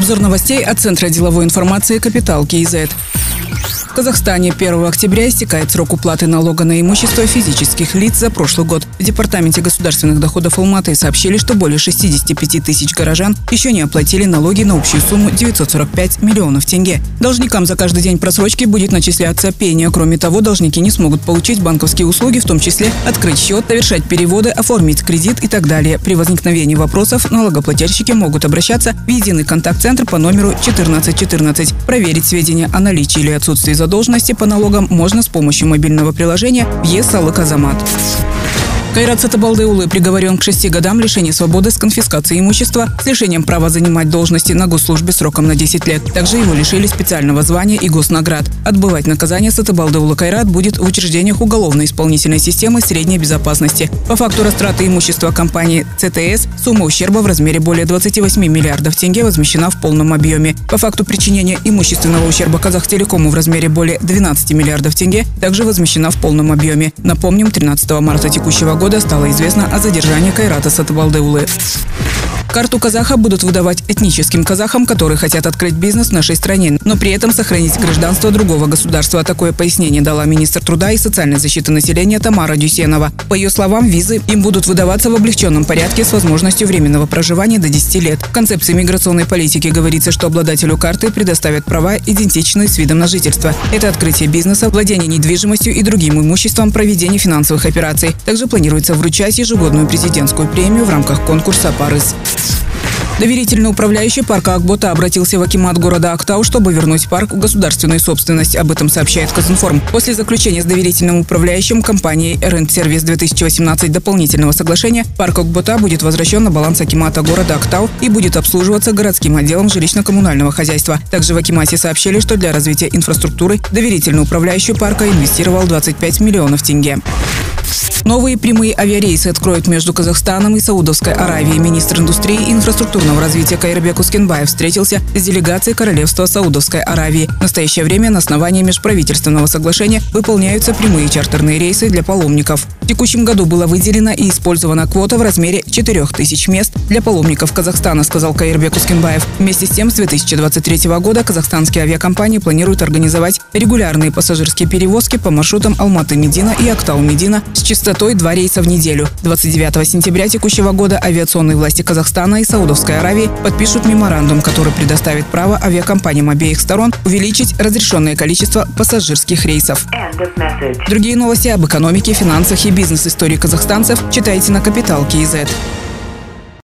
Обзор новостей от Центра деловой информации «Капитал КИЗ». В Казахстане 1 октября истекает срок уплаты налога на имущество физических лиц за прошлый год. В Департаменте государственных доходов Алматы сообщили, что более 65 тысяч горожан еще не оплатили налоги на общую сумму 945 миллионов тенге. Должникам за каждый день просрочки будет начисляться пеня. Кроме того, должники не смогут получить банковские услуги, в том числе открыть счет, совершать переводы, оформить кредит и так далее. При возникновении вопросов налогоплательщики могут обращаться в единый контакт-центр по номеру 1414. Проверить сведения о наличии или отсутствии задолженности по налогам можно с помощью мобильного приложения «ЕС-Салық Азамат». Кайрат Сатыбалдыулы приговорен к 6 годам лишения свободы с конфискацией имущества, с лишением права занимать должности на госслужбе сроком на 10 лет. Также его лишили специального звания и госнаград. Отбывать наказание Сатыбалдыулы Кайрат будет в учреждениях уголовно-исполнительной системы средней безопасности. По факту растраты имущества компании ЦТС сумма ущерба в размере более 28 миллиардов тенге возмещена в полном объеме. По факту причинения имущественного ущерба Казахтелекому в размере более 12 миллиардов тенге также возмещена в полном объеме. Напомним, 13 марта текущего года стало известно о задержании Кайрата Сатыбалдыулы. Карту казаха будут выдавать этническим казахам, которые хотят открыть бизнес в нашей стране, но при этом сохранить гражданство другого государства. Такое пояснение дала министр труда и социальной защиты населения Тамара Дюсенова. По ее словам, визы им будут выдаваться в облегченном порядке с возможностью временного проживания до 10 лет. В концепции миграционной политики говорится, что обладателю карты предоставят права, идентичные с видом на жительство. Это открытие бизнеса, владение недвижимостью и другим имуществом, проведение финансовых операций. Также планируется вручать ежегодную президентскую премию в рамках конкурса «Парыз». Доверительный управляющий парка Акбота обратился в акимат города Актау, чтобы вернуть парк в государственную собственность. Об этом сообщает Казинформ. После заключения с доверительным управляющим компанией Рент-сервис 2018 дополнительного соглашения, парк Акбота будет возвращен на баланс акимата города Актау и будет обслуживаться городским отделом жилищно-коммунального хозяйства. Также в акимате сообщили, что для развития инфраструктуры доверительный управляющий парка инвестировал 25 миллионов тенге. Новые прямые авиарейсы откроют между Казахстаном и Саудовской Аравией. Министр индустрии и инфраструктурного развития Кайырбек Ускенбаев встретился с делегацией Королевства Саудовской Аравии. В настоящее время на основании межправительственного соглашения выполняются прямые чартерные рейсы для паломников. В текущем году была выделена и использована квота в размере 4000 мест для паломников Казахстана, сказал Кайырбек Ускенбаев. Вместе с тем, с 2023 года казахстанские авиакомпании планируют организовать регулярные пассажирские перевозки по маршрутам Алматы-Медина и Актау-Медина с частотой 2 рейса в неделю. 29 сентября текущего года авиационные власти Казахстана и Саудовской Аравии подпишут меморандум, который предоставит право авиакомпаниям обеих сторон увеличить разрешенное количество пассажирских рейсов. Другие новости об экономике, финансах и бизнес-истории казахстанцев читайте на Капитал КИЗ.